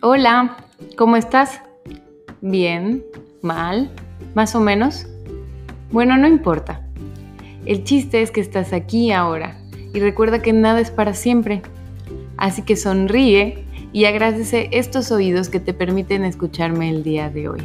Hola, ¿cómo estás? ¿Bien? ¿Mal? ¿Más o menos? Bueno, no importa. El chiste es que estás aquí ahora y recuerda que nada es para siempre. Así que sonríe y agradece estos oídos que te permiten escucharme el día de hoy.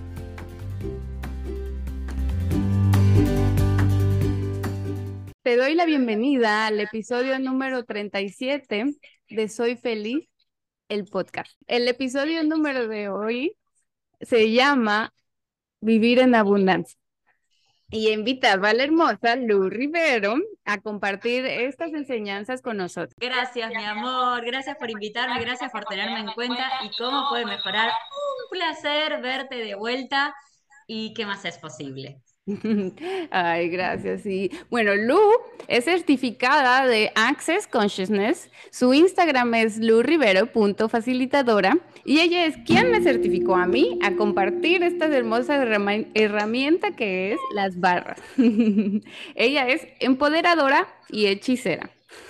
Te doy la bienvenida al episodio número 37 de Soy Feliz, el podcast. El episodio número de hoy se llama Vivir en Abundancia. Y invitaba a la hermosa Lu Rivero a compartir estas enseñanzas con nosotros. Gracias, mi amor. Gracias por invitarme, gracias por tenerme en cuenta y cómo puede mejorar. Un placer verte de vuelta y qué más es posible. Ay, gracias. Y bueno, Lu es certificada de Access Consciousness. Su Instagram es lurivero.facilitadora y ella es quien me certificó a mí a compartir esta hermosa herramienta que es las barras. Ella es empoderadora y hechicera.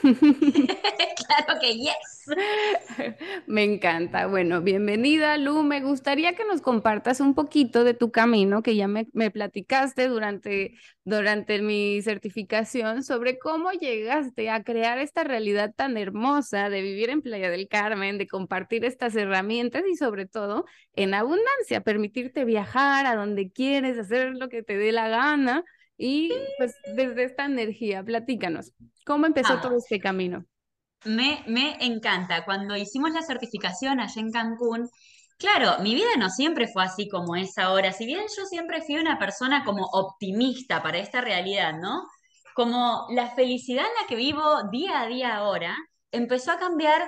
Claro que yes. Me encanta. Bueno, bienvenida, Lu. Me gustaría que nos compartas un poquito de tu camino, que ya me platicaste durante mi certificación, sobre cómo llegaste a crear esta realidad tan hermosa de vivir en Playa del Carmen, de compartir estas herramientas y sobre todo en abundancia, permitirte viajar a donde quieres, hacer lo que te dé la gana y pues desde esta energía, platícanos, ¿cómo empezó todo Vamos. este camino? Me encanta. Cuando hicimos la certificación allá en Cancún, claro, mi vida no siempre fue así como es ahora. Si bien yo siempre fui una persona como optimista para esta realidad, ¿no? Como la felicidad en la que vivo día a día ahora empezó a cambiar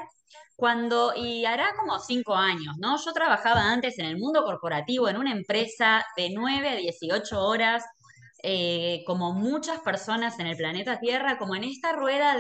y hará como 5 años, ¿no? Yo trabajaba antes en el mundo corporativo, en una empresa de 9 a 18 horas, como muchas personas en el planeta Tierra, como en esta rueda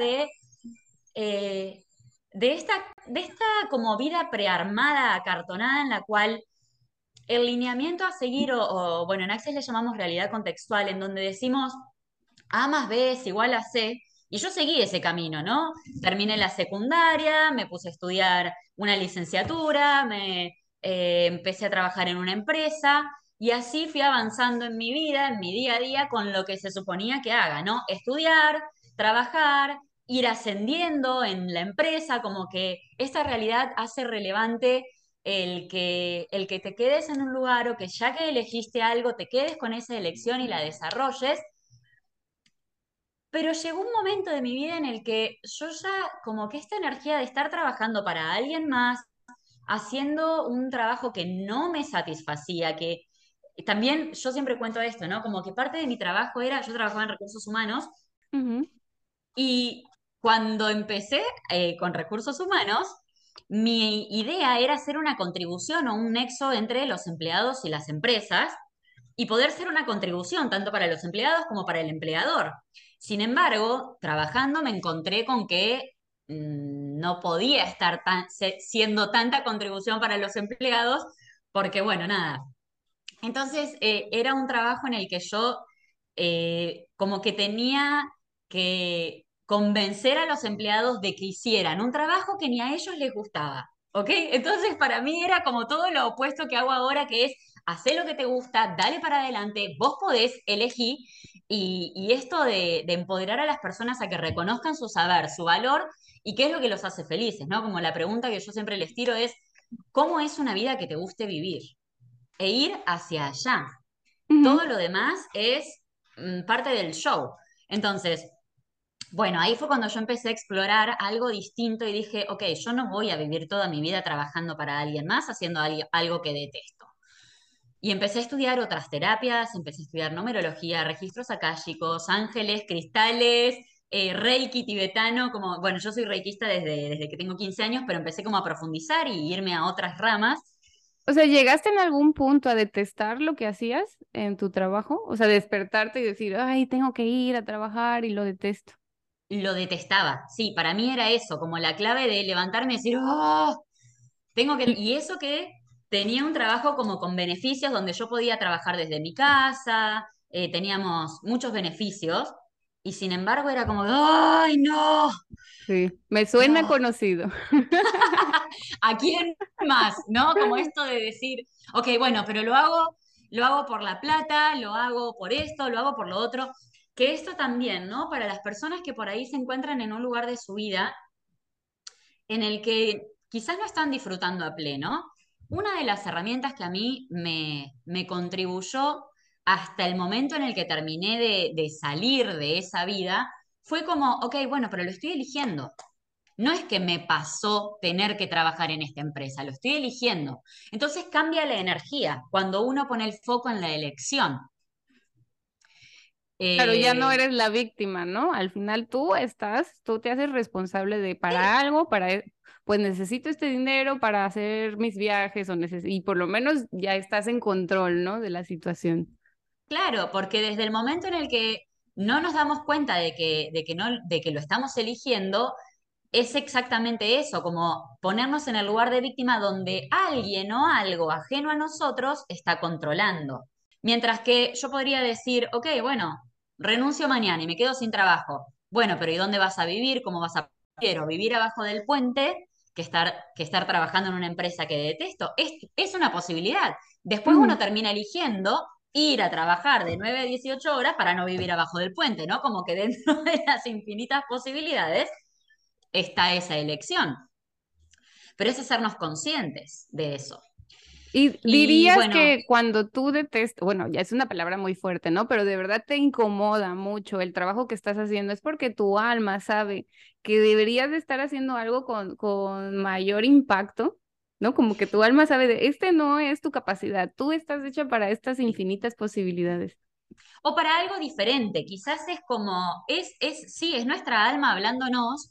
eh, de esta como vida prearmada, acartonada, en la cual el lineamiento a seguir, bueno, en Access le llamamos realidad contextual, en donde decimos A más B es igual a C, y yo seguí ese camino, ¿no? Terminé la secundaria, me puse a estudiar una licenciatura, empecé a trabajar en una empresa, y así fui avanzando en mi vida, en mi día a día, con lo que se suponía que haga, ¿no? Estudiar, trabajar, ir ascendiendo en la empresa, como que esta realidad hace relevante el que te quedes en un lugar o que ya que elegiste algo, te quedes con esa elección y la desarrolles. Pero llegó un momento de mi vida en el que yo ya, como que esta energía de estar trabajando para alguien más, haciendo un trabajo que no me satisfacía, que también yo siempre cuento esto, ¿no? Como que parte de mi trabajo era, yo trabajaba en recursos humanos Ujú. y cuando empecé con recursos humanos, mi idea era hacer una contribución o un nexo entre los empleados y las empresas y poder ser una contribución tanto para los empleados como para el empleador. Sin embargo, trabajando me encontré con que no podía estar siendo tanta contribución para los empleados porque, bueno, nada. Entonces, era un trabajo en el que yo como que tenía que convencer a los empleados de que hicieran un trabajo que ni a ellos les gustaba. ¿Ok? Entonces, para mí era como todo lo opuesto que hago ahora, que es hacer lo que te gusta, dale para adelante, vos podés elegir, y esto de empoderar a las personas a que reconozcan su saber, su valor y qué es lo que los hace felices, ¿no? Como la pregunta que yo siempre les tiro es, ¿cómo es una vida que te guste vivir? E ir hacia allá. Ujú. Todo lo demás es parte del show. Entonces, bueno, ahí fue cuando yo empecé a explorar algo distinto y dije, ok, yo no voy a vivir toda mi vida trabajando para alguien más, haciendo algo que detesto. Y empecé a estudiar otras terapias, empecé a estudiar numerología, registros akáshicos, ángeles, cristales, reiki tibetano, como, bueno, yo soy reikista desde que tengo 15 años, pero empecé como a profundizar y irme a otras ramas. O sea, ¿llegaste en algún punto a detestar lo que hacías en tu trabajo? O sea, despertarte y decir, ay, tengo que ir a trabajar y lo detesto. Lo detestaba, sí, para mí era eso, como la clave de levantarme y decir, ¡oh! Tengo que, Y- y eso que tenía un trabajo como con beneficios donde yo podía trabajar desde mi casa, teníamos muchos beneficios Y sin embargo era como, ¡ay, no! Sí, me suena No, conocido. ¿a quién más? ¿No? Como esto de decir, ok, bueno, pero lo hago por la plata, lo hago por esto, lo hago por lo otro. Que esto también, ¿no? Para las personas que por ahí se encuentran en un lugar de su vida en el que quizás no están disfrutando a pleno, una de las herramientas que a mí me contribuyó hasta el momento en el que terminé de salir de esa vida, fue como, ok, bueno, pero lo estoy eligiendo. No es que me pasó tener que trabajar en esta empresa, lo estoy eligiendo. Entonces cambia la energía cuando uno pone el foco en la elección. Claro, ya no Eh, eres la víctima, ¿no? Al final tú te haces responsable de para algo, pues necesito este dinero para hacer mis viajes y por lo menos ya estás en control, ¿no? De la situación. claro, porque desde el momento en el que no nos damos cuenta de que lo estamos eligiendo, es exactamente eso, como ponernos en el lugar de víctima donde alguien o algo ajeno a nosotros está controlando. Mientras que yo podría decir, ok, bueno, renuncio mañana y me quedo sin trabajo. Bueno, pero ¿y dónde vas a vivir? ¿Cómo vas a... Quiero vivir abajo del puente que estar trabajando en una empresa que detesto. Es una posibilidad. Después uno Ujú. termina eligiendo ir a trabajar de 9 a 18 horas para no vivir abajo del puente, ¿no? Como que dentro de las infinitas posibilidades está esa elección. Pero es hacernos conscientes de eso. Y Y dirías bueno, que cuando tú detestas, bueno, ya es una palabra muy fuerte, ¿no? Pero de verdad te incomoda mucho el trabajo que estás haciendo, es porque tu alma sabe que deberías de estar haciendo algo con mayor impacto, ¿no? Como que tu alma sabe de, este no es tu capacidad, tú estás hecha para estas infinitas posibilidades. o para algo diferente, quizás es como, sí, es nuestra alma hablándonos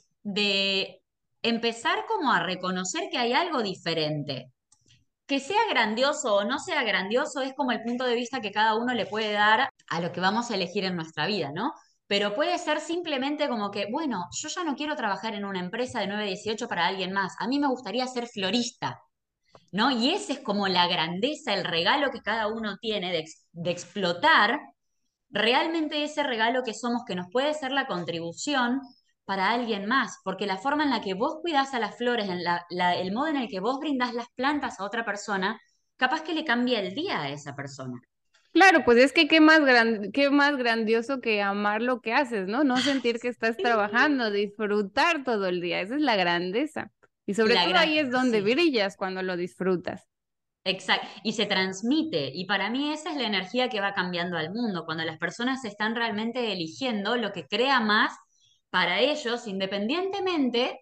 de empezar como a reconocer que hay algo diferente. Que sea grandioso o no sea grandioso es como el punto de vista que cada uno le puede dar a lo que vamos a elegir en nuestra vida, ¿no? Pero puede ser simplemente como que, bueno, yo ya no quiero trabajar en una empresa de 9 a 18 para alguien más. A mí me gustaría ser florista, ¿no? Y ese es como la grandeza, el regalo que cada uno tiene de explotar realmente ese regalo que somos, que nos puede ser la contribución para alguien más, porque la forma en la que vos cuidás a las flores, el modo en el que vos brindás las plantas a otra persona, capaz que le cambia el día a esa persona. Claro, pues es que qué más grandioso que amar lo que haces, ¿no? No sentir que estás trabajando, disfrutar todo el día, esa es la grandeza. Y sobre todo ahí es donde Sí, brillas cuando lo disfrutas. exacto. Y se transmite. Y para mí esa es la energía que va cambiando al mundo, cuando las personas están realmente eligiendo lo que crea más para ellos, independientemente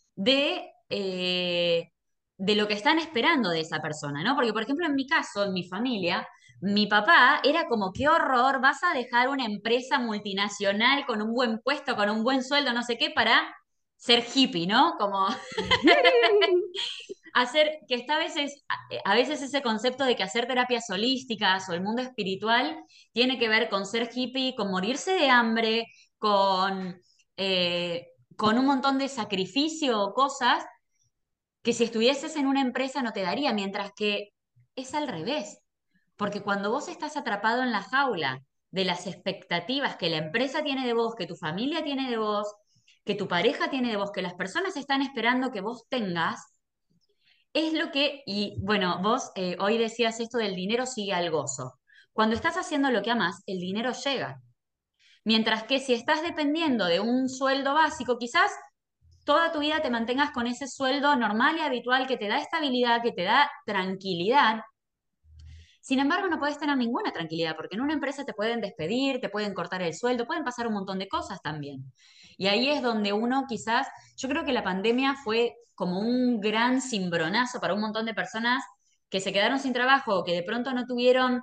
de lo que están esperando de esa persona, ¿no? Porque, por ejemplo, en mi caso, en mi familia, mi papá era como, qué horror, vas a dejar una empresa multinacional con un buen puesto, con un buen sueldo, no sé qué, para ser hippie, ¿no? Como hacer, que está a veces ese concepto de que hacer terapias holísticas o el mundo espiritual tiene que ver con ser hippie, con morirse de hambre, con un montón de sacrificio o cosas que si estuvieses en una empresa no te daría, mientras que es al revés. Porque cuando vos estás atrapado en la jaula de las expectativas que la empresa tiene de vos, que tu familia tiene de vos, que tu pareja tiene de vos, que las personas están esperando que vos tengas, es lo que, y bueno, vos hoy decías esto del dinero sigue al gozo. Cuando estás haciendo lo que amas, el dinero llega. Mientras que si estás dependiendo de un sueldo básico, quizás toda tu vida te mantengas con ese sueldo normal y habitual que te da estabilidad, que te da tranquilidad. Sin embargo, no puedes tener ninguna tranquilidad porque en una empresa te pueden despedir, te pueden cortar el sueldo, pueden pasar un montón de cosas también. Y ahí es donde uno quizás, yo creo que la pandemia fue como un gran cimbronazo para un montón de personas que se quedaron sin trabajo o que de pronto no tuvieron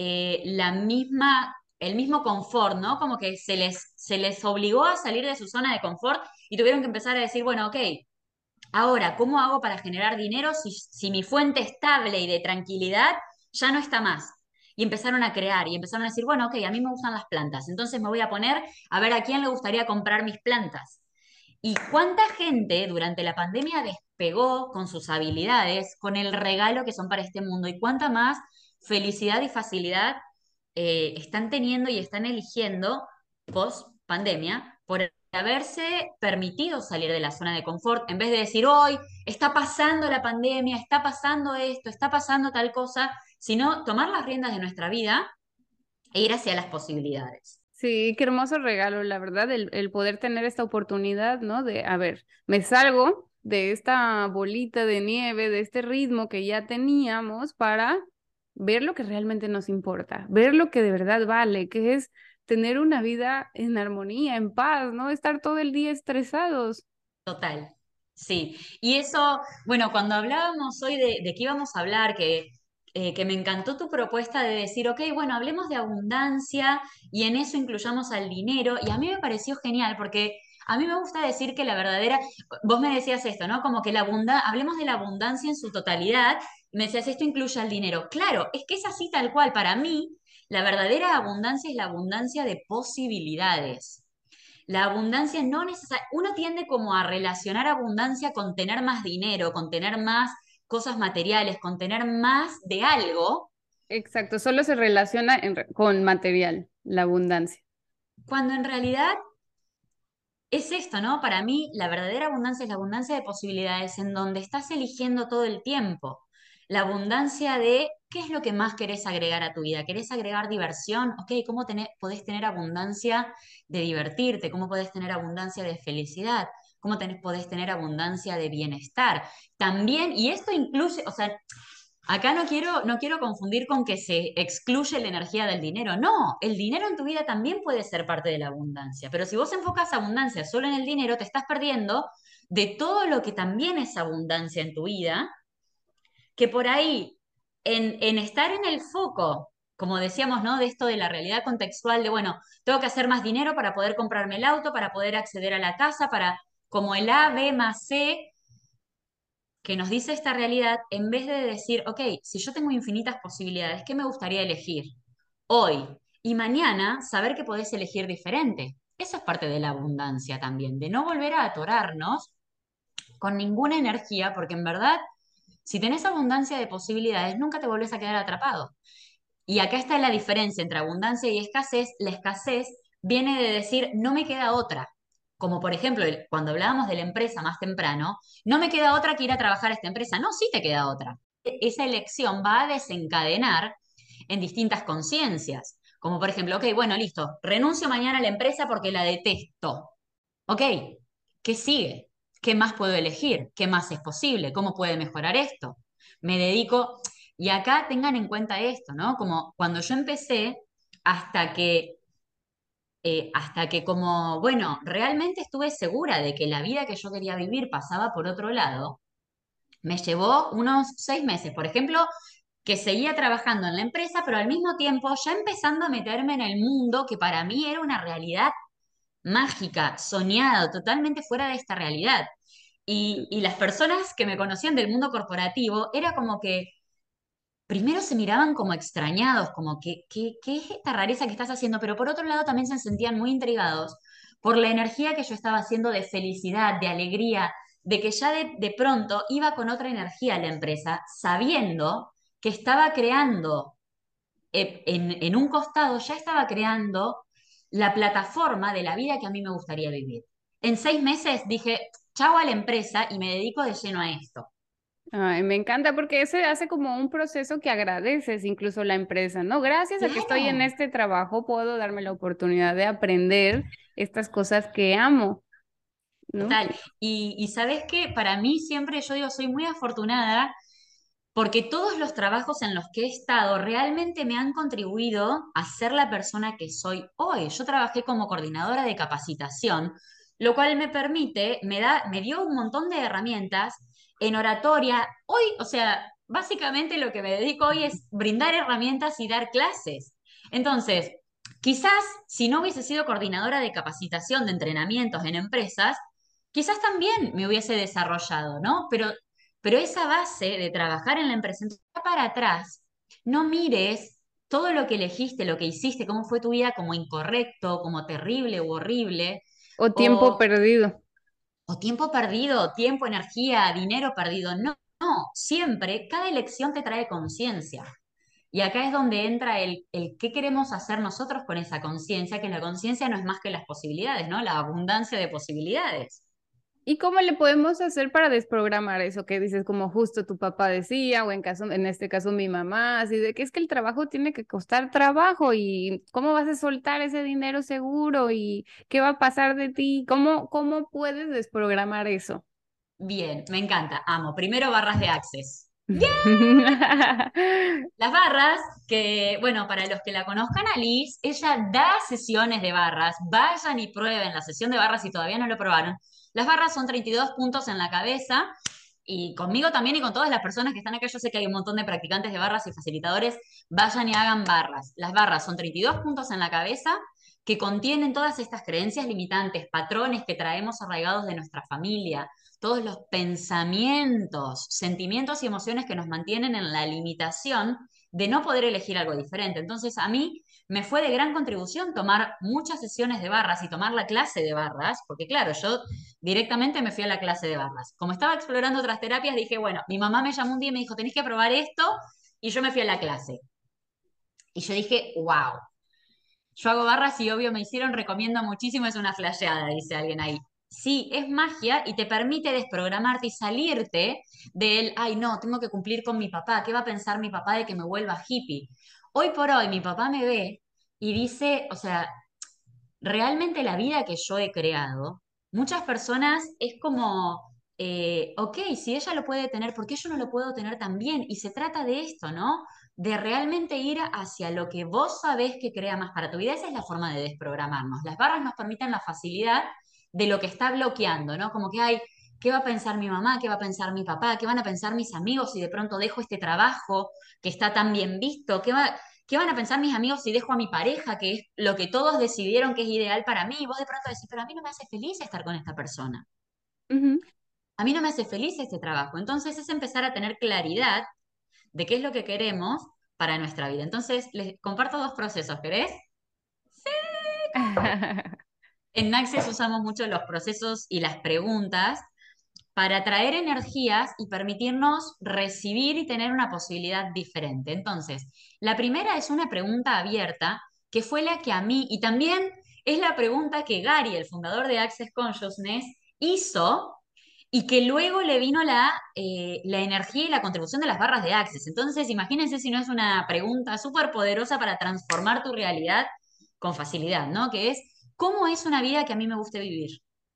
el mismo confort, ¿no? Como que se les obligó a salir de su zona de confort y tuvieron que empezar a decir, bueno, ok, ahora, ¿cómo hago para generar dinero si mi fuente estable y de tranquilidad ya no está más? Y empezaron a crear y empezaron a decir, bueno, ok, a mí me gustan las plantas, entonces me voy a poner a ver a quién le gustaría comprar mis plantas. Y cuánta gente durante la pandemia despegó con sus habilidades, con el regalo que son para este mundo y cuánta más felicidad y facilidad están teniendo y están eligiendo post pandemia por haberse permitido salir de la zona de confort, en vez de decir, hoy está pasando la pandemia, está pasando esto, está pasando tal cosa, sino tomar las riendas de nuestra vida e ir hacia las posibilidades. Sí, qué hermoso regalo, la verdad, el poder tener esta oportunidad, ¿no? De, a ver, me salgo de esta bolita de nieve, de este ritmo que ya teníamos para ver lo que realmente nos importa, ver lo que de verdad vale, que es tener una vida en armonía, en paz, ¿no? Estar todo el día estresados. Total, sí. Y eso, bueno, cuando hablábamos hoy de qué íbamos a hablar, que me encantó tu propuesta de decir, ok, bueno, hablemos de abundancia y en eso incluyamos al dinero. Y a mí me pareció genial porque a mí me gusta decir que la verdadera, vos me decías esto, ¿no? Como que hablemos de la abundancia en su totalidad. Y me decías, esto incluye al dinero. Claro, es que es así tal cual. Para mí, la verdadera abundancia es la abundancia de posibilidades. La abundancia no necesariamente, uno tiende como a relacionar abundancia con tener más dinero, con tener más cosas materiales, con tener más de algo, Exacto, solo se relaciona con material, la abundancia. cuando en realidad es esto, ¿no? Para mí, la verdadera abundancia es la abundancia de posibilidades en donde estás eligiendo todo el tiempo. La abundancia de qué es lo que más querés agregar a tu vida. ¿Querés agregar diversión? Ok, ¿cómo podés tener abundancia de divertirte? ¿Cómo podés tener abundancia de felicidad? ¿Cómo podés tener abundancia de bienestar? También, y esto incluye, o sea, acá no quiero confundir con que se excluye la energía del dinero. No, el dinero en tu vida también puede ser parte de la abundancia. Pero si vos enfocas abundancia solo en el dinero, te estás perdiendo de todo lo que también es abundancia en tu vida, que por ahí, en estar en el foco, como decíamos, ¿no? De esto de la realidad contextual, de, bueno, tengo que hacer más dinero para poder comprarme el auto, para poder acceder a la casa, para, como el A, B más C, que nos dice esta realidad, en vez de decir, ok, si yo tengo infinitas posibilidades, ¿qué me gustaría elegir hoy? Y mañana saber que podés elegir diferente. Eso es parte de la abundancia también, de no volver a atorarnos con ninguna energía, porque en verdad, si tenés abundancia de posibilidades, nunca te volvés a quedar atrapado. Y acá está la diferencia entre abundancia y escasez. La escasez viene de decir, no me queda otra. Como por ejemplo, cuando hablábamos de la empresa más temprano, no me queda otra que ir a trabajar a esta empresa. No, sí te queda otra. Esa elección va a desencadenar en distintas conciencias. Como por ejemplo, ok, bueno, listo, renuncio mañana a la empresa porque la detesto. Ok, ¿qué sigue? ¿Qué más puedo elegir? ¿Qué más es posible? ¿Cómo puede mejorar esto? Me dedico, y acá tengan en cuenta esto, ¿no? Como cuando yo empecé, hasta que, hasta que como, bueno, realmente estuve segura de que la vida que yo quería vivir pasaba por otro lado, me llevó unos 6 meses, por ejemplo, que seguía trabajando en la empresa, pero al mismo tiempo ya empezando a meterme en el mundo que para mí era una realidad mágica, soñada, totalmente fuera de esta realidad. Y las personas que me conocían del mundo corporativo era como que primero se miraban como extrañados, como que, ¿qué es esta rareza que estás haciendo? Pero por otro lado también se sentían muy intrigados por la energía que yo estaba haciendo de felicidad, de alegría, de que ya de pronto iba con otra energía a la empresa, sabiendo que estaba creando en un costado ya estaba creando la plataforma de la vida que a mí me gustaría vivir. En 6 meses dije, chao a la empresa y me dedico de lleno a esto. Ay, me encanta porque ese hace como un proceso que agradeces incluso la empresa, ¿no? Gracias a que estoy en Claro, este trabajo, puedo darme la oportunidad de aprender estas cosas que amo, ¿no? total. Y sabes qué, para mí siempre yo digo, soy muy afortunada porque todos los trabajos en los que he estado realmente me han contribuido a ser la persona que soy hoy. Yo trabajé como coordinadora de capacitación, lo cual me permite, me dio un montón de herramientas en oratoria. Hoy, o sea, básicamente lo que me dedico hoy es brindar herramientas y dar clases. Entonces, quizás si no hubiese sido coordinadora de capacitación de entrenamientos en empresas, quizás también me hubiese desarrollado, ¿no? Pero esa base de trabajar en la empresa, entonces, para atrás, no mires todo lo que elegiste, lo que hiciste, cómo fue tu vida como incorrecto, como terrible u horrible, O tiempo o, perdido. o tiempo perdido, tiempo, energía, dinero perdido. No, no, siempre cada elección te trae conciencia. Y acá es donde entra el qué queremos hacer nosotros con esa conciencia, que la conciencia no es más que las posibilidades, ¿no? La abundancia de posibilidades. ¿Y cómo le podemos hacer para desprogramar eso que dices, como justo tu papá decía, o en este caso mi mamá, así de que es que el trabajo tiene que costar trabajo y cómo vas a soltar ese dinero seguro y qué va a pasar de ti? ¿Cómo puedes desprogramar eso? Bien, me encanta, amo. Primero, barras de Access. Las barras, que, bueno, para los que la conozcan a Liz, ella da sesiones de barras. Vayan y prueben la sesión de barras si todavía no lo probaron. Las barras son 32 puntos en la cabeza y conmigo también y con todas las personas que están acá. Yo sé que hay un montón de practicantes de barras y facilitadores. Vayan y hagan barras. Las barras son 32 puntos en la cabeza que contienen todas estas creencias limitantes, patrones que traemos arraigados de nuestra familia, todos los pensamientos, sentimientos y emociones que nos mantienen en la limitación de no poder elegir algo diferente. Entonces, a mí me fue de gran contribución tomar muchas sesiones de barras y tomar la clase de barras, porque claro, yo directamente me fui a la clase de barras. Como estaba explorando otras terapias, dije, bueno, mi mamá me llamó un día y me dijo, tenés que probar esto, y yo me fui a la clase. Y yo dije, wow, yo hago barras y obvio me hicieron, recomiendo muchísimo, es una flasheada, dice alguien ahí. Sí, es magia y te permite desprogramarte y salirte del, ay no, tengo que cumplir con mi papá, ¿qué va a pensar mi papá de que me vuelva hippie? Hoy por hoy mi papá me ve y dice, o sea, realmente la vida que yo he creado, muchas personas es como, ok, si ella lo puede tener, ¿por qué yo no lo puedo tener también? Y se trata de esto, ¿no? De realmente ir hacia lo que vos sabés que crea más para tu vida. Esa es la forma de desprogramarnos. Las barras nos permiten la facilidad de lo que está bloqueando, ¿no? Como que hay, ¿qué va a pensar mi mamá? ¿Qué va a pensar mi papá? ¿Qué van a pensar mis amigos si de pronto dejo este trabajo que está tan bien visto? ¿Qué van a pensar mis amigos si dejo a mi pareja, que es lo que todos decidieron que es ideal para mí? Y vos de pronto decís, pero a mí no me hace feliz estar con esta persona. Ujú. A mí no me hace feliz este trabajo. Entonces es empezar a tener claridad de qué es lo que queremos para nuestra vida. Entonces les comparto dos procesos, ¿querés? En Access usamos mucho los procesos y las preguntas para atraer energías y permitirnos recibir y tener una posibilidad diferente. Entonces, la primera es una pregunta abierta, que fue la que a mí, y también es la pregunta que Gary, el fundador de Access Consciousness, hizo y que luego le vino la energía y la contribución de las barras de Access. Entonces, imagínense si no es una pregunta súper poderosa para transformar tu realidad con facilidad, ¿no? Que es, ¿cómo es una vida que a mí me guste vivir?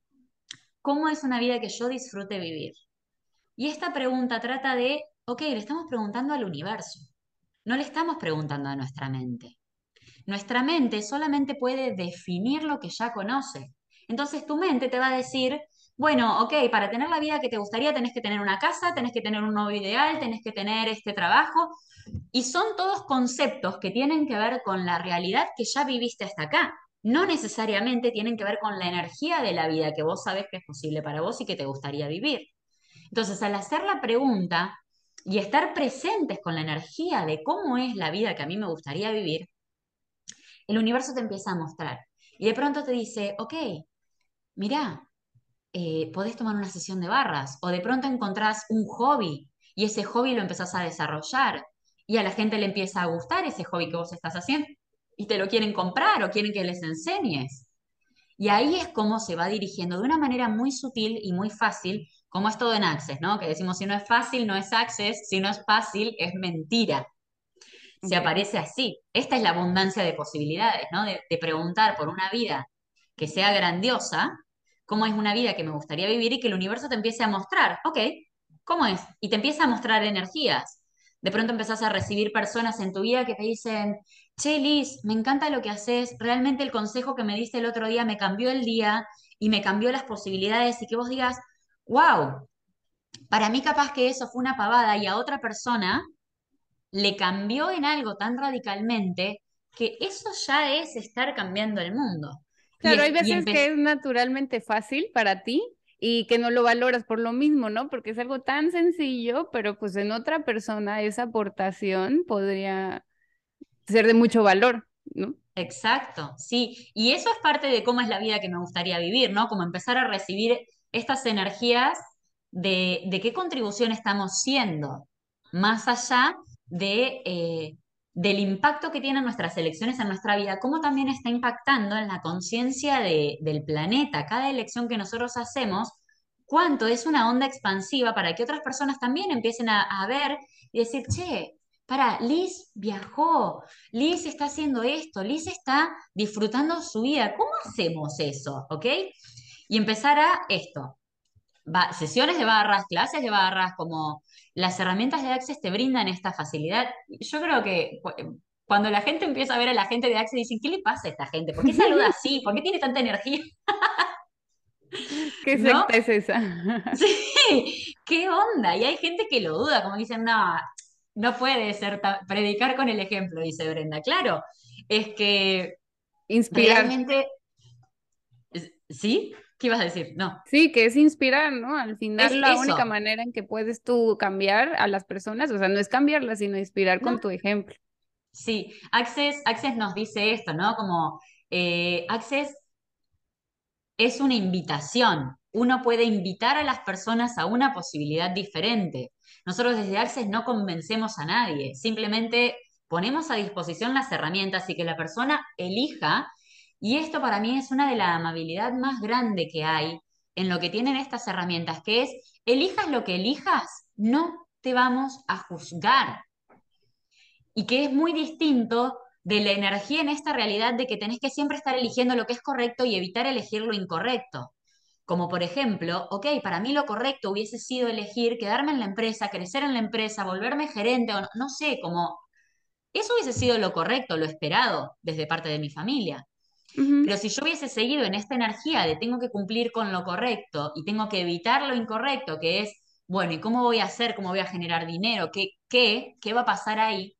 ¿Cómo es una vida que yo disfrute vivir? Y esta pregunta trata de, ok, le estamos preguntando al universo, no le estamos preguntando a nuestra mente. Nuestra mente solamente puede definir lo que ya conoce. Entonces tu mente te va a decir, bueno, ok, para tener la vida que te gustaría tenés que tener una casa, tenés que tener un novio ideal, tenés que tener este trabajo. Y son todos conceptos que tienen que ver con la realidad que ya viviste hasta acá. No necesariamente tienen que ver con la energía de la vida que vos sabés que es posible para vos y que te gustaría vivir. Entonces, al hacer la pregunta y estar presentes con la energía de cómo es la vida que a mí me gustaría vivir, el universo te empieza a mostrar. Y de pronto te dice, ok, mirá, podés tomar una sesión de barras, o de pronto encontrás un hobby y ese hobby lo empezás a desarrollar y a la gente le empieza a gustar ese hobby que vos estás haciendo y te lo quieren comprar o quieren que les enseñes. Y ahí es como se va dirigiendo de una manera muy sutil y muy fácil, como es todo en Access, ¿no? Que decimos, si no es fácil, no es Access, si no es fácil, es mentira. Se Ok. aparece así. Esta es la abundancia de posibilidades, ¿no? De preguntar por una vida que sea grandiosa, cómo es una vida que me gustaría vivir y que el universo te empiece a mostrar, ok, ¿cómo es? Y te empieza a mostrar energías. De pronto empezás a recibir personas en tu vida que te dicen, che, Liz, me encanta lo que haces, realmente el consejo que me diste el otro día me cambió el día y me cambió las posibilidades y que vos digas, wow, para mí capaz que eso fue una pavada y a otra persona le cambió en algo tan radicalmente que eso ya es estar cambiando el mundo. Y, Claro, hay y veces que empezó, es naturalmente fácil para ti y que no lo valoras por lo mismo, ¿no? Porque es algo tan sencillo, pero pues en otra persona esa aportación podría ser de mucho valor, ¿no? exacto, sí. Y eso es parte de cómo es la vida que me gustaría vivir, ¿no? Como empezar a recibir estas energías de qué contribución estamos siendo, más allá de del impacto que tienen nuestras elecciones en nuestra vida, cómo también está impactando en la conciencia del planeta. Cada elección que nosotros hacemos, cuánto es una onda expansiva para que otras personas también empiecen a ver y decir, che, para, Liz viajó, Liz está haciendo esto, Liz está disfrutando su vida. ¿Cómo hacemos eso? ¿Ok? Y empezar a esto, sesiones de barras, clases de barras, como las herramientas de Access te brindan esta facilidad. Yo creo que cuando la gente empieza a ver a la gente de Access, dicen, ¿qué le pasa a esta gente? ¿Por qué saluda así? ¿Por qué tiene tanta energía? ¿Qué ¿No? secta es esa? Sí, ¿qué onda? Y hay gente que lo duda, como dicen, no, no puede ser predicar con el ejemplo, dice Brenda. Claro, es que Inspirar. realmente, ¿sí? ¿Qué ibas a decir? No, Sí, que es inspirar, ¿no? Al es final la única eso. manera en que puedes tú cambiar a las personas, o sea, no es cambiarlas, sino inspirar con No, tu ejemplo. sí, Access nos dice esto, ¿no? Como Access es una invitación. Uno puede invitar a las personas a una posibilidad diferente. Nosotros desde Access no convencemos a nadie, simplemente ponemos a disposición las herramientas y que la persona elija. Y esto para mí es una de la amabilidad más grande que hay en lo que tienen estas herramientas, que es, elijas lo que elijas, no te vamos a juzgar y que es muy distinto de la energía en esta realidad de que tenés que siempre estar eligiendo lo que es correcto y evitar elegir lo incorrecto. Como por ejemplo, ok, para mí lo correcto hubiese sido elegir quedarme en la empresa, crecer en la empresa, volverme gerente o no, no sé, como eso hubiese sido lo correcto, lo esperado desde parte de mi familia. Ujú. Pero si yo hubiese seguido en esta energía de tengo que cumplir con lo correcto y tengo que evitar lo incorrecto, que es, bueno, ¿y cómo voy a hacer? ¿Cómo voy a generar dinero? ¿Qué va a pasar ahí?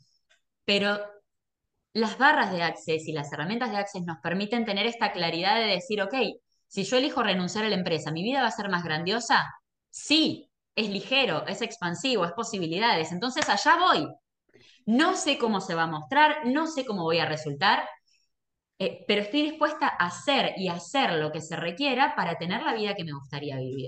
Pero las barras de Access y las herramientas de Access nos permiten tener esta claridad de decir, ok, si yo elijo renunciar a la empresa, ¿mi vida va a ser más grandiosa? Sí, es ligero, es expansivo, es posibilidades. Entonces allá voy. No sé cómo se va a mostrar, no sé cómo voy a resultar, pero estoy dispuesta a hacer y hacer lo que se requiera para tener la vida que me gustaría vivir.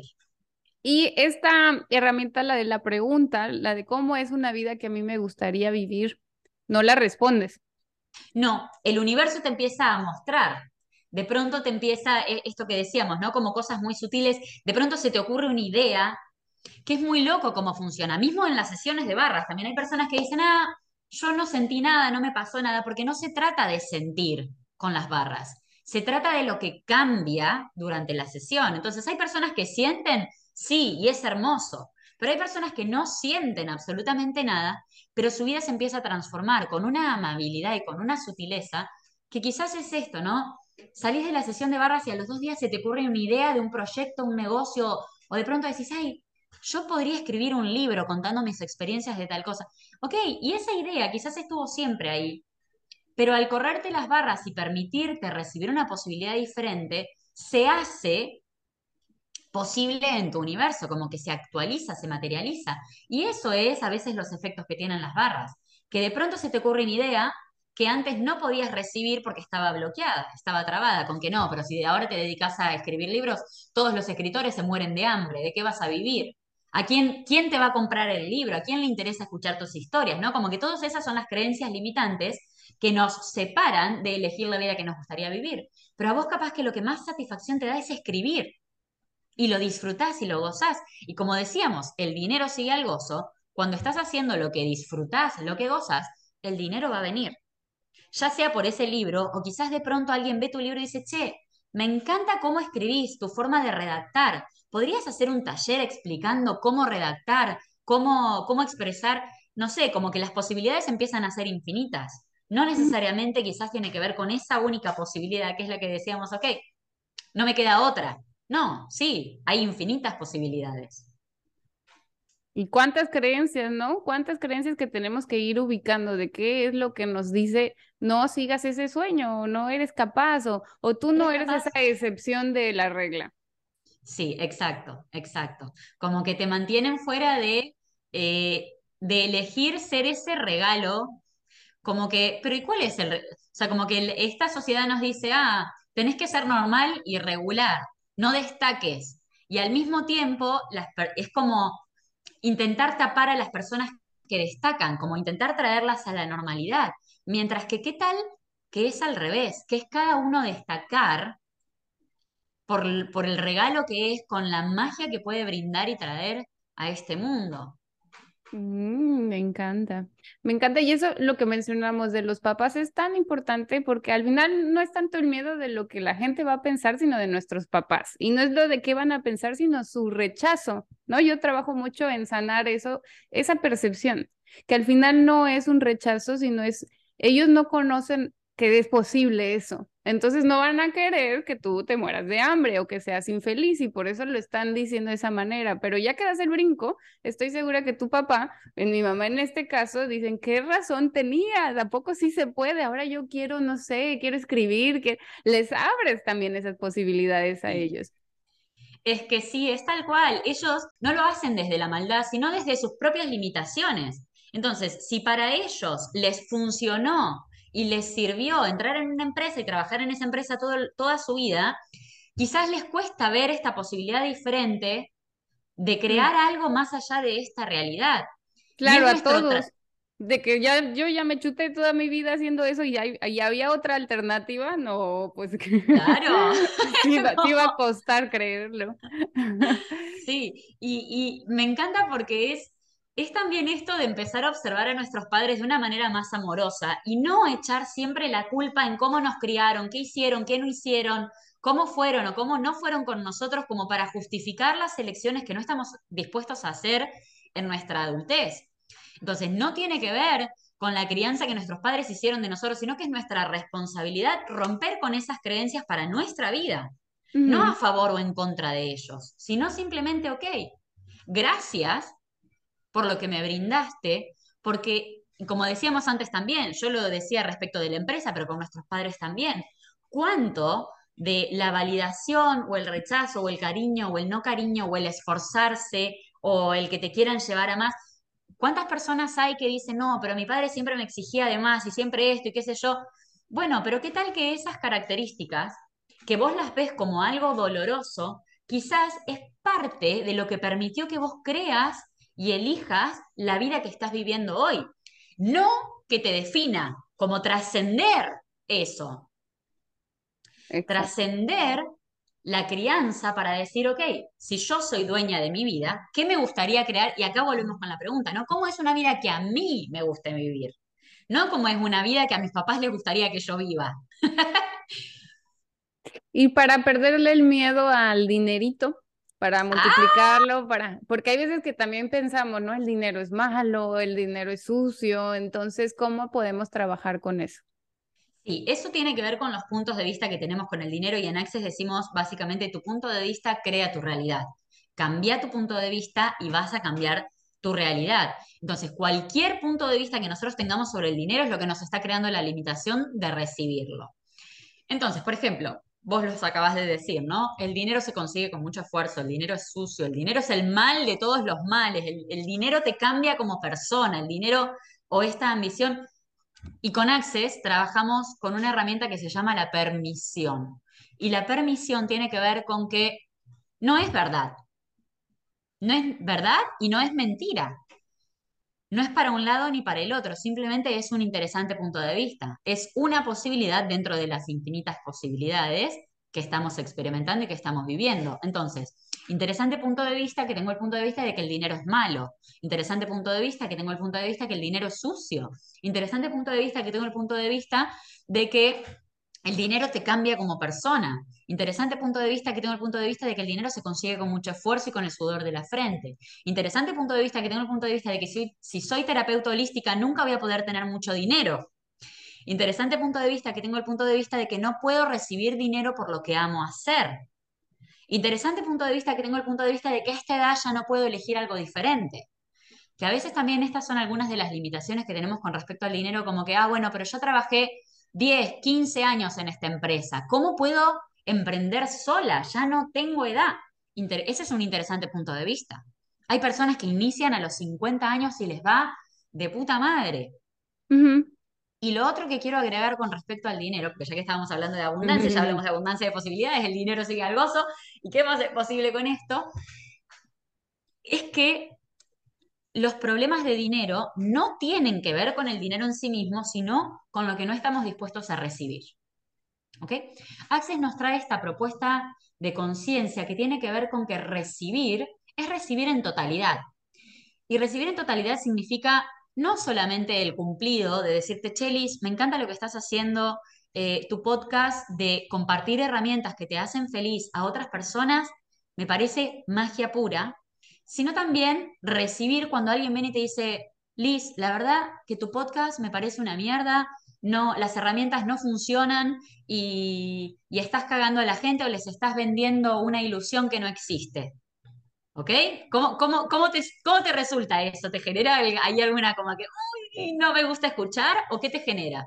Y esta herramienta, la de la pregunta, la de cómo es una vida que a mí me gustaría vivir, no la respondes. No, el universo te empieza a mostrar. De pronto te empieza esto que decíamos, ¿no? Como cosas muy sutiles. De pronto se te ocurre una idea que es muy loco cómo funciona. Mismo en las sesiones de barras, también hay personas que dicen, ah, yo no sentí nada, no me pasó nada, porque no se trata de sentir con las barras. Se trata de lo que cambia durante la sesión. Entonces, hay personas que sienten, sí, y es hermoso, pero hay personas que no sienten absolutamente nada, pero su vida se empieza a transformar con una amabilidad y con una sutileza que quizás es esto, ¿no? Salís de la sesión de barras y a los 2 días se te ocurre una idea de un proyecto, un negocio, o de pronto decís, ay, yo podría escribir un libro contando mis experiencias de tal cosa. Ok, y esa idea quizás estuvo siempre ahí, pero al correrte las barras y permitirte recibir una posibilidad diferente, se hace posible en tu universo, como que se actualiza, se materializa. Y eso es a veces los efectos que tienen las barras, que de pronto se te ocurre una idea que antes no podías recibir porque estaba bloqueada, estaba trabada, con que no, pero si ahora te dedicas a escribir libros, todos los escritores se mueren de hambre, ¿de qué vas a vivir? ¿Quién te va a comprar el libro? ¿A quién le interesa escuchar tus historias? ¿No? Como que todas esas son las creencias limitantes que nos separan de elegir la vida que nos gustaría vivir. Pero a vos capaz que lo que más satisfacción te da es escribir y lo disfrutás y lo gozás. Y como decíamos, el dinero sigue al gozo. Cuando estás haciendo lo que disfrutás, lo que gozas, el dinero va a venir. Ya sea por ese libro o quizás de pronto alguien ve tu libro y dice, che, me encanta cómo escribís, tu forma de redactar. ¿Podrías hacer un taller explicando cómo redactar, cómo expresar? No sé, como que las posibilidades empiezan a ser infinitas. No necesariamente quizás tiene que ver con esa única posibilidad que es la que decíamos, ok, no me queda otra. No, sí, hay infinitas posibilidades. Y cuántas creencias, ¿no? Cuántas creencias que tenemos que ir ubicando de qué es lo que nos dice, no sigas ese sueño, o no eres capaz, o tú no ¿Eres eres capaz? esa excepción de la regla. Sí, exacto, exacto. Como que te mantienen fuera de elegir ser ese regalo, como que, pero ¿y cuál es o sea, como que esta sociedad nos dice, ah, tenés que ser normal y regular, no destaques. Y al mismo tiempo, es como intentar tapar a las personas que destacan, como intentar traerlas a la normalidad. Mientras que, ¿qué tal que es al revés? Que es cada uno destacar por el regalo que es, con la magia que puede brindar y traer a este mundo. Me encanta, me encanta. Y eso, lo que mencionamos de los papás es tan importante porque al final no es tanto el miedo de lo que la gente va a pensar, sino de nuestros papás. Y no es lo de qué van a pensar, sino su rechazo, ¿no? Yo trabajo mucho en sanar eso, esa percepción, que al final no es un rechazo, sino es, ellos no conocen que es posible eso. Entonces no van a querer que tú te mueras de hambre o que seas infeliz y por eso lo están diciendo de esa manera. Pero ya que das el brinco, estoy segura que tu papá, en mi mamá en este caso, dicen, ¿qué razón tenías? ¿A poco sí se puede? Ahora yo quiero, no sé, quiero escribir, que les abres también esas posibilidades a Sí. ellos. Es que sí, es tal cual. Ellos no lo hacen desde la maldad, sino desde sus propias limitaciones. Entonces, si para ellos les funcionó y les sirvió entrar en una empresa y trabajar en esa empresa toda su vida, quizás les cuesta ver esta posibilidad diferente de Mm. crear algo más allá de esta realidad. Y es Claro, a nuestro... todos, de que ya yo ya me chuté toda mi vida haciendo eso y había otra alternativa, no, pues Claro, sí va a como... costar creerlo. Sí, y me encanta porque es también esto de empezar a observar a nuestros padres de una manera más amorosa y no echar siempre la culpa en cómo nos criaron, qué hicieron, qué no hicieron, cómo fueron o cómo no fueron con nosotros, como para justificar las elecciones que no estamos dispuestos a hacer en nuestra adultez. Entonces, no tiene que ver con la crianza que nuestros padres hicieron de nosotros, sino que es nuestra responsabilidad romper con esas creencias para nuestra vida, no a Ujú. favor o en contra de ellos, sino simplemente, ok, gracias por lo que me brindaste, porque, como decíamos antes también, yo lo decía respecto de la empresa, pero con nuestros padres también, ¿cuánto de la validación o el rechazo o el cariño o el no cariño o el esforzarse o el que te quieran llevar a más? ¿Cuántas personas hay que dicen, no, pero mi padre siempre me exigía de más y siempre esto y qué sé yo? Bueno, pero ¿qué tal que esas características, que vos las ves como algo doloroso, quizás es parte de lo que permitió que vos creas y elijas la vida que estás viviendo hoy? No que te defina, como trascender eso, Exacto. trascender la crianza para decir, ok, si yo soy dueña de mi vida, ¿qué me gustaría crear? Y acá volvemos con la pregunta, ¿no? ¿Cómo es una vida que a mí me guste vivir? No como es una vida que a mis papás les gustaría que yo viva. Y para perderle el miedo al dinerito, para Ah, multiplicarlo, porque hay veces que también pensamos, ¿no? El dinero es malo, el dinero es sucio, entonces, ¿cómo podemos trabajar con eso? sí, eso tiene que ver con los puntos de vista que tenemos con el dinero y en Access decimos básicamente tu punto de vista crea tu realidad. Cambia tu punto de vista y vas a cambiar tu realidad. Entonces, cualquier punto de vista que nosotros tengamos sobre el dinero es lo que nos está creando la limitación de recibirlo. Entonces, por ejemplo, vos los acabas de decir, ¿no? El dinero se consigue con mucho esfuerzo, el dinero es sucio, el dinero es el mal de todos los males, el dinero te cambia como persona, el dinero o esta ambición. Y con Access trabajamos con una herramienta que se llama la permisión. Y la permisión tiene que ver con que no es verdad, no es verdad y no es mentira. No es para un lado ni para el otro, simplemente es un interesante punto de vista. Es una posibilidad dentro de las infinitas posibilidades que estamos experimentando y que estamos viviendo. Entonces, interesante punto de vista que tengo el punto de vista de que el dinero es malo. Interesante punto de vista que tengo el punto de vista que el dinero es sucio. Interesante punto de vista que tengo el punto de vista de que el dinero te cambia como persona. Interesante punto de vista que tengo el punto de vista de que el dinero se consigue con mucho esfuerzo y con el sudor de la frente. Interesante punto de vista que tengo el punto de vista de que si soy terapeuta holística nunca voy a poder tener mucho dinero. Interesante punto de vista que tengo el punto de vista de que no puedo recibir dinero por lo que amo hacer. Interesante punto de vista que tengo el punto de vista de que a esta edad ya no puedo elegir algo diferente. Que a veces también estas son algunas de las limitaciones que tenemos con respecto al dinero, como que, ah, bueno, pero yo trabajé 10, 15 años en esta empresa. ¿Cómo puedo emprender sola? Ya no tengo edad. Ese es un interesante punto de vista. Hay personas que inician a los 50 años y les va de puta madre. Ujú, Y lo otro que quiero agregar con respecto al dinero, porque ya que estábamos hablando de abundancia, ya ujú. hablamos de abundancia de posibilidades, el dinero sigue al gozo. ¿Y qué más es posible con esto? Es que los problemas de dinero no tienen que ver con el dinero en sí mismo, sino con lo que no estamos dispuestos a recibir. ¿Ok? Access nos trae esta propuesta de conciencia que tiene que ver con que recibir es recibir en totalidad. Y recibir en totalidad significa no solamente el cumplido de decirte, Chelis, me encanta lo que estás haciendo, tu podcast de compartir herramientas que te hacen feliz a otras personas, me parece magia pura, sino también recibir cuando alguien viene y te dice, Liz, la verdad que tu podcast me parece una mierda, no, las herramientas no funcionan y estás cagando a la gente o les estás vendiendo una ilusión que no existe. ¿Ok? ¿Cómo te resulta eso? ¿Te genera ahí alguna como que, uy, no me gusta escuchar? ¿O qué te genera?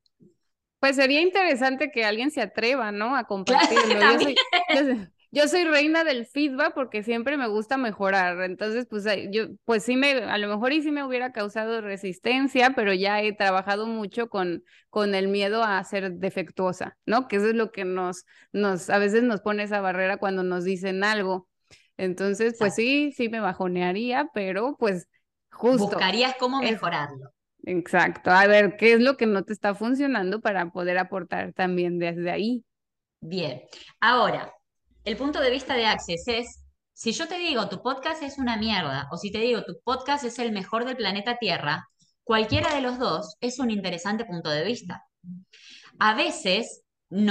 Pues sería interesante que alguien se atreva, ¿no? A Claro, compartirlo. también. Yo soy reina del feedback porque siempre me gusta mejorar. Entonces, pues pues sí a lo mejor y sí me hubiera causado resistencia, pero ya he trabajado mucho con el miedo a ser defectuosa, ¿no? Que eso es lo que a veces nos pone esa barrera cuando nos dicen algo. Entonces, pues Exacto. sí, sí me bajonearía, pero pues justo. Buscarías cómo Es, mejorarlo. Exacto. A ver, ¿qué es lo que no te está funcionando para poder aportar también desde ahí? Bien. Ahora, el punto de vista de Access es, si yo te digo tu podcast es una mierda, o si te digo tu podcast es el mejor del planeta Tierra, cualquiera de los dos es un interesante punto de vista. A veces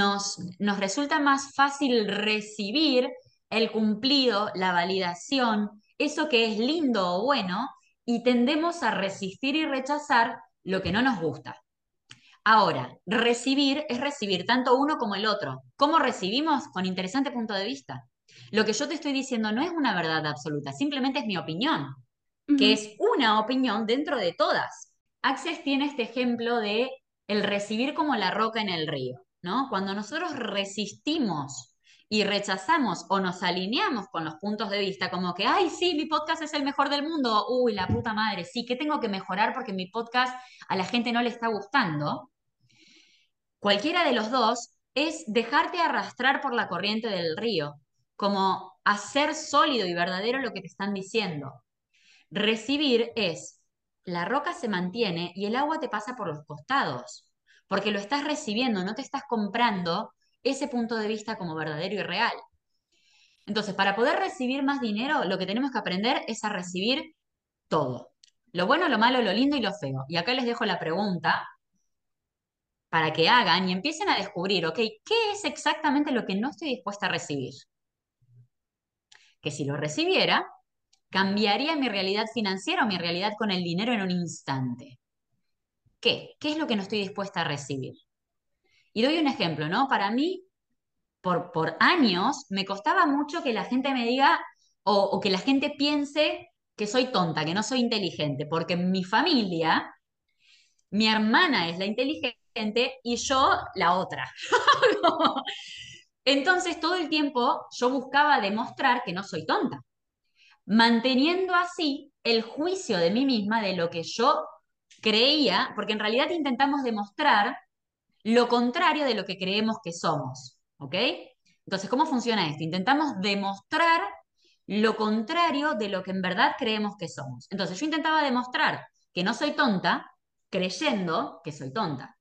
nos resulta más fácil recibir el cumplido, la validación, eso que es lindo o bueno, y tendemos a resistir y rechazar lo que no nos gusta. Ahora, recibir es recibir tanto uno como el otro. ¿Cómo recibimos? Con interesante punto de vista. Lo que yo te estoy diciendo no es una verdad absoluta, simplemente es mi opinión, que Ujú. es una opinión dentro de todas. Access tiene este ejemplo de el recibir como la roca en el río, ¿no? Cuando nosotros resistimos y rechazamos o nos alineamos con los puntos de vista, como que, ay, sí, mi podcast es el mejor del mundo, uy, la puta madre, sí, ¿qué tengo que mejorar porque mi podcast a la gente no le está gustando? Cualquiera de los dos es dejarte arrastrar por la corriente del río, como hacer sólido y verdadero lo que te están diciendo. Recibir es, la roca se mantiene y el agua te pasa por los costados, porque lo estás recibiendo, no te estás comprando ese punto de vista como verdadero y real. Entonces, para poder recibir más dinero, lo que tenemos que aprender es a recibir todo. Lo bueno, lo malo, lo lindo y lo feo. Y acá les dejo la pregunta para que hagan y empiecen a descubrir, ok, ¿qué es exactamente lo que no estoy dispuesta a recibir? Que si lo recibiera, cambiaría mi realidad financiera o mi realidad con el dinero en un instante. ¿Qué? ¿Qué es lo que no estoy dispuesta a recibir? Y doy un ejemplo, ¿no? Para mí, por años, me costaba mucho que la gente me diga o que la gente piense que soy tonta, que no soy inteligente, porque en mi familia, mi hermana es la inteligente y yo la otra. Entonces, todo el tiempo yo buscaba demostrar que no soy tonta, manteniendo así el juicio de mí misma de lo que yo creía, porque en realidad intentamos demostrar lo contrario de lo que creemos que somos, ¿ok? Entonces, ¿cómo funciona esto? Intentamos demostrar lo contrario de lo que en verdad creemos que somos. Entonces, yo intentaba demostrar que no soy tonta, creyendo que soy tonta.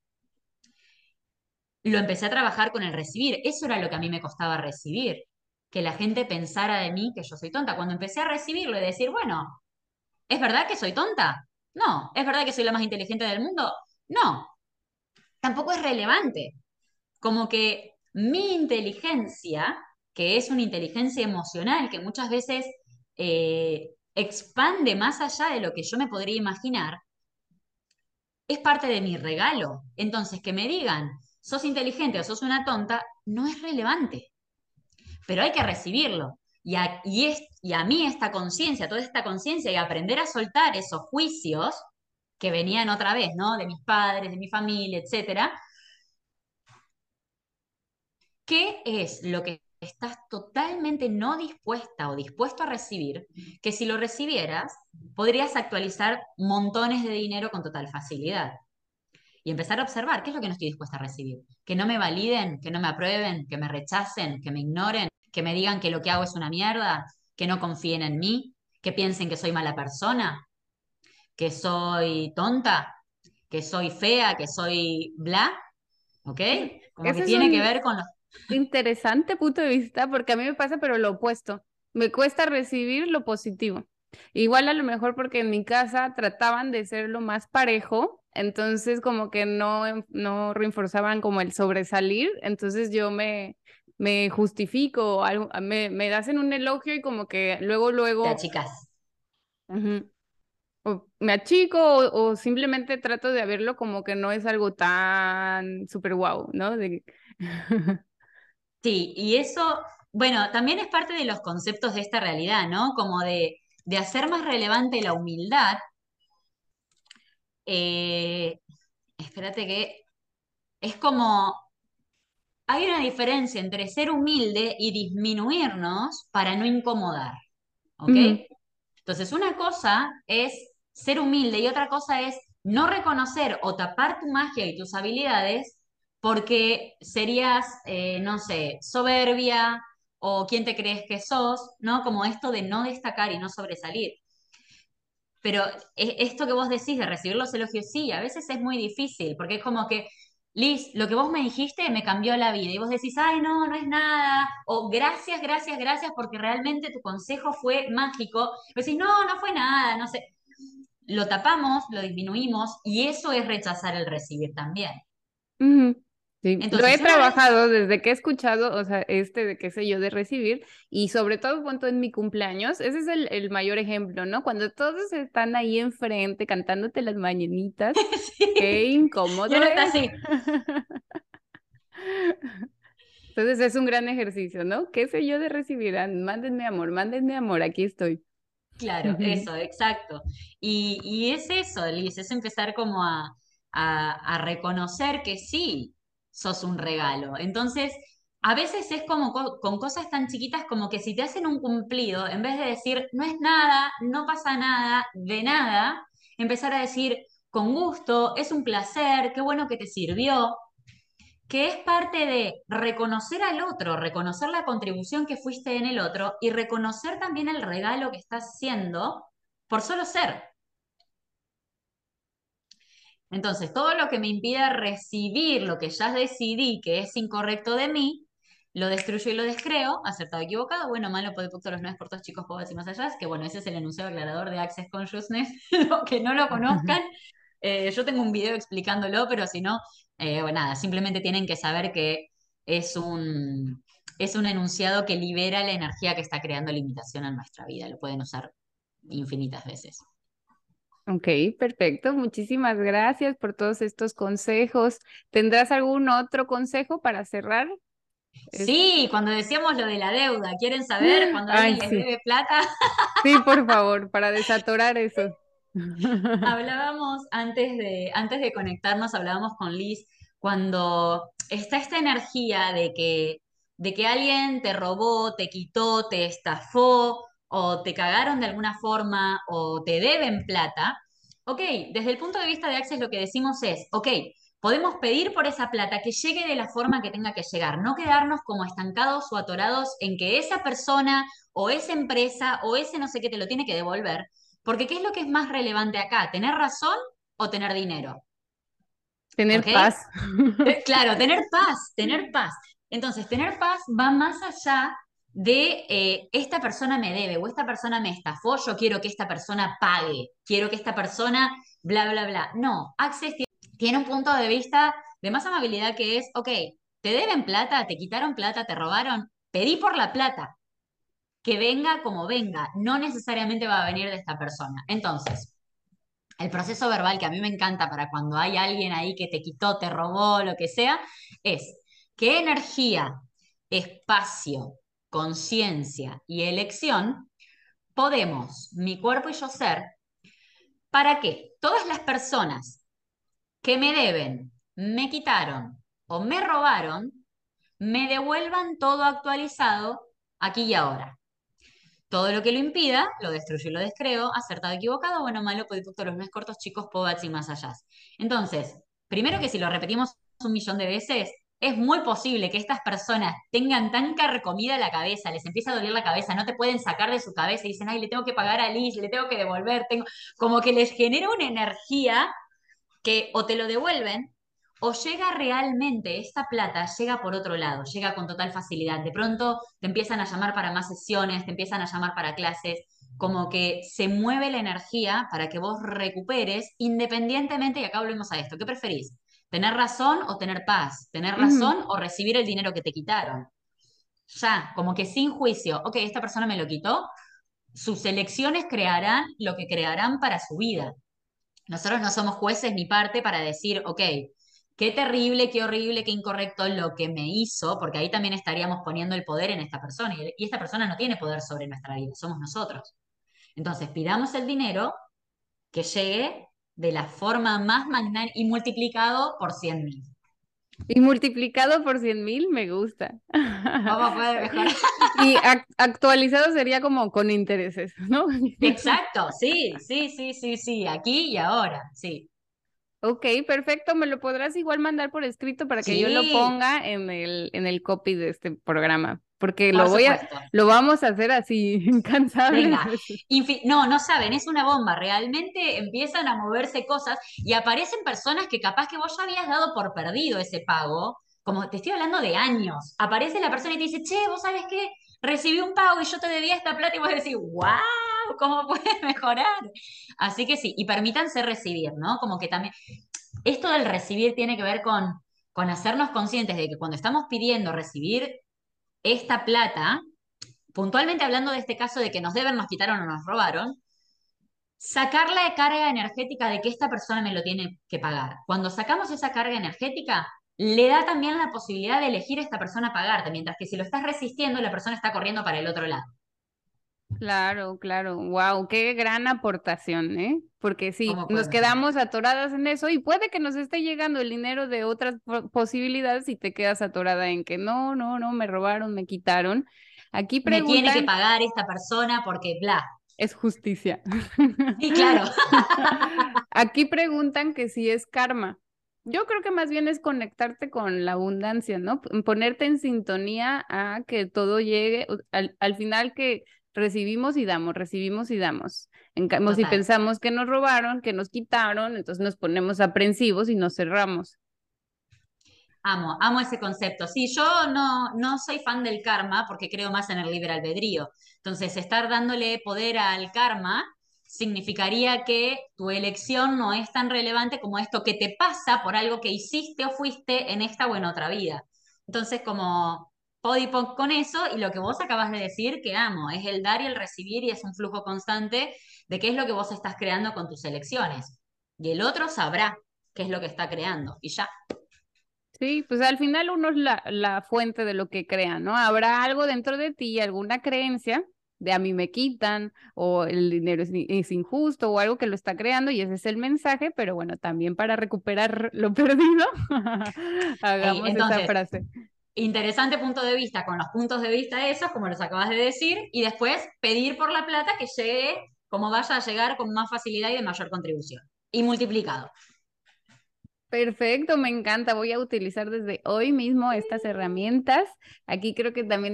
Lo empecé a trabajar con el recibir. Eso era lo que a mí me costaba recibir, que la gente pensara de mí que yo soy tonta. Cuando empecé a recibirlo y decir, bueno, ¿es verdad que soy tonta? No. ¿Es verdad que soy la más inteligente del mundo? No. Tampoco es relevante. Como que mi inteligencia, que es una inteligencia emocional que muchas veces expande más allá de lo que yo me podría imaginar, es parte de mi regalo. Entonces, que me digan, sos inteligente o sos una tonta, no es relevante, pero hay que recibirlo. Y a mí esta conciencia, toda esta conciencia y aprender a soltar esos juicios que venían otra vez, ¿no? De mis padres, de mi familia, etcétera. ¿Qué es lo que estás totalmente no dispuesta o dispuesto a recibir, que si lo recibieras, podrías actualizar montones de dinero con total facilidad? Y empezar a observar qué es lo que no estoy dispuesta a recibir. Que no me validen, que no me aprueben, que me rechacen, que me ignoren, que me digan que lo que hago es una mierda, que no confíen en mí, que piensen que soy mala persona. que soy tonta, que soy fea, que soy bla, ¿ok? Como que Ese es tiene que un ver con los... interesante punto de vista porque a mí me pasa, pero lo opuesto. Me cuesta recibir lo positivo. Igual a lo mejor porque en mi casa trataban de ser lo más parejo, entonces como que no reforzaban como el sobresalir, entonces me justifico, algo, me hacen un elogio y como que Te luego, achicas. ujú, o me achico o simplemente trato de verlo como que no es algo tan súper guau, ¿no? Sí, y eso, bueno, también es parte de los conceptos de esta realidad, ¿no? Como de hacer más relevante la humildad. Eh, espérate que es como, hay una diferencia entre ser humilde y disminuirnos para no incomodar, ¿ok? Ujú, Entonces, una cosa es ser humilde y otra cosa es no reconocer o tapar tu magia y tus habilidades porque serías, no sé, soberbia o quién te crees que sos, ¿no? Como esto de no destacar y no sobresalir. Pero esto que vos decís de recibir los elogios, sí, a veces es muy difícil, porque es como que, Liz, lo que vos me dijiste me cambió la vida. Y vos decís, ay, no, no es nada. O gracias, gracias, gracias, porque realmente tu consejo fue mágico. Y decís, no, no fue nada, no sé. Lo tapamos, lo disminuimos, y eso es rechazar el recibir también. ujú. Sí, lo Entonces, he si una vez, trabajado desde que he escuchado, o sea, de qué sé yo, de recibir, y sobre todo cuando en mi cumpleaños, ese es el mayor ejemplo, ¿no? Cuando todos están ahí enfrente cantándote las mañanitas, qué sí, y incómodo uno está es. así, Entonces es un gran ejercicio, ¿no? ¿Qué sé yo de recibir? Ah, mándenme amor, aquí estoy. claro, eso, exacto. Y es eso, Liz, es empezar como a reconocer que sí, sos un regalo. Entonces, a veces es como con cosas tan chiquitas como que si te hacen un cumplido, en vez de decir, no es nada, no pasa nada, de nada, empezar a decir, con gusto, es un placer, qué bueno que te sirvió, que es parte de reconocer al otro, reconocer la contribución que fuiste en el otro y reconocer también el regalo que estás haciendo por solo ser. Entonces, todo lo que me impida recibir lo que ya decidí que es incorrecto de mí, lo destruyo y lo descreo, acertado, equivocado, bueno, malo, podepocto, los nueve cortos, chicos, pobres y más allá, que bueno, ese es el enunciado aclarador de Access Consciousness, los que no lo conozcan, yo tengo un video explicándolo, pero si no, bueno, nada, simplemente tienen que saber que es es un enunciado que libera la energía que está creando limitación en nuestra vida, lo pueden usar infinitas veces. Ok, perfecto. Muchísimas gracias por todos estos consejos. ¿Tendrás algún otro consejo para cerrar? Es- Sí, cuando decíamos lo de la deuda, ¿quieren saber cuando Ay, alguien les sí. debe plata? Sí, por favor, para desatorar eso. Hablábamos antes de conectarnos, hablábamos con Liz, cuando está esta energía de que alguien te robó, te quitó, te estafó, o te cagaron de alguna forma, o te deben plata. Ok, desde el punto de vista de Access lo que decimos es, ok, podemos pedir por esa plata que llegue de la forma que tenga que llegar, no quedarnos como estancados o atorados en que esa persona o esa empresa o ese no sé qué te lo tiene que devolver, porque ¿qué es lo que es más relevante acá? ¿Tener razón o tener dinero? ¿Ok? Tener paz. Claro, tener paz, tener paz. Entonces, tener paz va más allá de esta persona me debe o esta persona me estafó, yo quiero que esta persona pague, quiero que esta persona bla, bla, bla. No, Access tiene un punto de vista de más amabilidad que es, ok, te deben plata, te quitaron plata, te robaron, pedí por la plata, que venga como venga, no necesariamente va a venir de esta persona. Entonces, el proceso verbal que a mí me encanta para cuando hay alguien ahí que te quitó, te robó, lo que sea, es qué energía, espacio, conciencia y elección podemos, mi cuerpo y yo ser, para que todas las personas que me deben, me quitaron o me robaron, me devuelvan todo actualizado aquí y ahora. Todo lo que lo impida, lo destruyo y lo descreo, acertado, equivocado, bueno, malo, podipocto, los nueve cortos, chicos, pobats y más allá. Entonces, primero que si lo repetimos un millón de veces, es muy posible que estas personas tengan tan carcomida la cabeza, les empieza a doler la cabeza, no te pueden sacar de su cabeza y dicen, ay, le tengo que pagar a Liz, le tengo que devolver, como que les genera una energía que o te lo devuelven o llega realmente, esta plata llega por otro lado, llega con total facilidad. De pronto te empiezan a llamar para más sesiones, te empiezan a llamar para clases, como que se mueve la energía para que vos recuperes independientemente, y acá volvemos a esto, ¿qué preferís? ¿Tener razón o tener paz? ¿Tener Ujú. razón o recibir el dinero que te quitaron? Ya, como que sin juicio, ok, esta persona me lo quitó, sus elecciones crearán lo que crearán para su vida. Nosotros no somos jueces ni parte para decir, ok, qué terrible, qué horrible, qué incorrecto lo que me hizo, porque ahí también estaríamos poniendo el poder en esta persona y esta persona no tiene poder sobre nuestra vida, somos nosotros. Entonces, pidamos el dinero que llegue de la forma más magnánima y multiplicado por 100.000. Y multiplicado por 100,000, me gusta. ¿Cómo puede mejorar? Y actualizado sería como con intereses, ¿no? Exacto, sí, sí, sí, sí, sí, aquí y ahora, sí. Ok, perfecto. ¿Me lo podrás igual mandar por escrito para que yo lo Sí, ponga en el copy de este programa? Porque por supuesto. lo vamos a hacer así, incansables Venga, veces. no, no saben, es una bomba. Realmente empiezan a moverse cosas y aparecen personas que capaz que vos ya habías dado por perdido ese pago. Como te estoy hablando de años. Aparece la persona y te dice, che, vos sabés qué, recibí un pago y yo te debía esta plata y vos decís, wow, ¿cómo puedes mejorar? Así que sí, y permítanse recibir, ¿no? Como que también, esto del recibir tiene que ver con hacernos conscientes de que cuando estamos pidiendo recibir esta plata, puntualmente hablando de este caso de que nos deben, nos quitaron o nos robaron, sacar la carga energética de que esta persona me lo tiene que pagar. Cuando sacamos esa carga energética, le da también la posibilidad de elegir a esta persona pagarte, mientras que si lo estás resistiendo, la persona está corriendo para el otro lado. Claro, claro. Wow, qué gran aportación, ¿eh? Porque sí, ¿Cómo puede nos mejorar? quedamos atoradas en eso y puede que nos esté llegando el dinero de otras posibilidades y te quedas atorada en que no, no, no, me robaron, me quitaron. Aquí Me tiene que preguntan, pagar esta persona porque bla. es justicia. Sí, claro. Aquí preguntan que si es karma. Yo creo que más bien es conectarte con la abundancia, ¿no? Ponerte en sintonía a que todo llegue, al final que recibimos y damos, recibimos y damos. En cambio, si Total. pensamos que nos robaron, que nos quitaron, entonces nos ponemos aprensivos y nos cerramos. Amo, amo ese concepto. Sí, yo no soy fan del karma porque creo más en el libre albedrío. Entonces, estar dándole poder al karma significaría que tu elección no es tan relevante como esto que te pasa por algo que hiciste o fuiste en esta o en otra vida. Entonces, como podipoc con eso y lo que vos acabas de decir, que amo, es el dar y el recibir y es un flujo constante de qué es lo que vos estás creando con tus elecciones. Y el otro sabrá qué es lo que está creando. Y ya. Sí, pues al final uno es la fuente de lo que crea, ¿no? Habrá algo dentro de ti, alguna creencia de a mí me quitan o el dinero es injusto o algo que lo está creando y ese es el mensaje, pero bueno, también para recuperar lo perdido, Ey, hagamos esa entonces, frase. interesante punto de vista con los puntos de vista esos, como los acabas de decir, y después pedir por la plata que llegue como vaya a llegar con más facilidad y de mayor contribución. Y multiplicado. Perfecto, me encanta. Voy a utilizar desde hoy mismo estas herramientas. Aquí creo que también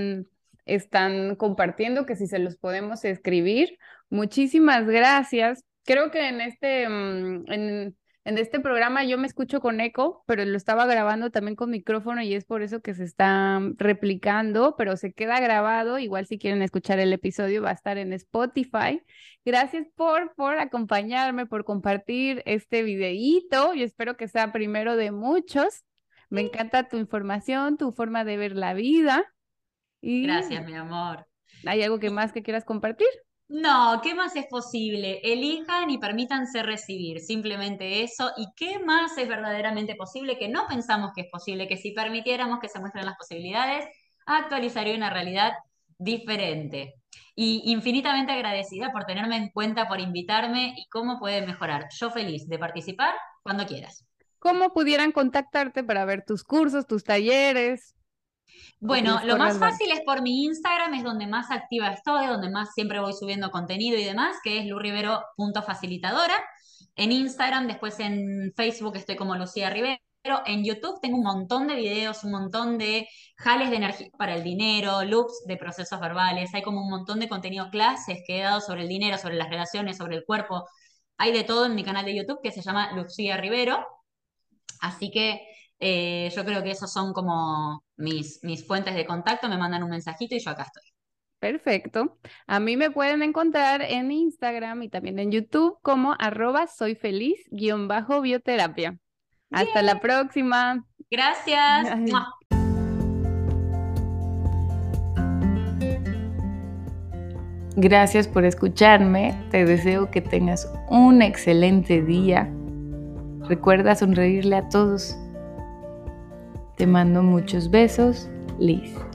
están compartiendo que si se los podemos escribir. Muchísimas gracias. Creo que en este programa yo me escucho con eco, pero lo estaba grabando también con micrófono y es por eso que se está replicando, pero se queda grabado. Igual si quieren escuchar el episodio va a estar en Spotify. Gracias por acompañarme, por compartir este videíto. Yo espero que sea primero de muchos. Me encanta tu información, tu forma de ver la vida. Gracias, ¿Y mi amor. hay algo que Y más que quieras compartir? no, ¿qué más es posible? Elijan y permítanse recibir, simplemente eso. ¿Y qué más es verdaderamente posible que no pensamos que es posible? Que si permitiéramos que se muestren las posibilidades, actualizaría una realidad diferente. Y infinitamente agradecida por tenerme en cuenta, por invitarme y cómo puede mejorar. Yo feliz de participar cuando quieras. ¿Cómo pudieran contactarte para ver tus cursos, tus talleres o que Bueno, les lo más corras voz? fácil es por mi Instagram, es donde más activa estoy, donde más siempre voy subiendo contenido y demás, que es lurrivero.facilitadora. En Instagram, después en Facebook estoy como Lucía Rivera. En YouTube tengo un montón de videos, un montón de jales de energía para el dinero, loops de procesos verbales, hay como un montón de contenido, clases que he dado sobre el dinero, sobre las relaciones, sobre el cuerpo. Hay de todo en mi canal de YouTube que se llama Lucía Rivero. Así que yo creo que esos son como mis fuentes de contacto, me mandan un mensajito y yo acá estoy. Perfecto. A mí me pueden encontrar en Instagram y también en YouTube como @soyfeliz_bioterapia. Hasta la Bien, próxima. gracias. ¡Mua! Gracias por escucharme. Te deseo que tengas un excelente día. Recuerda sonreírle a todos. Te mando muchos besos, Liz.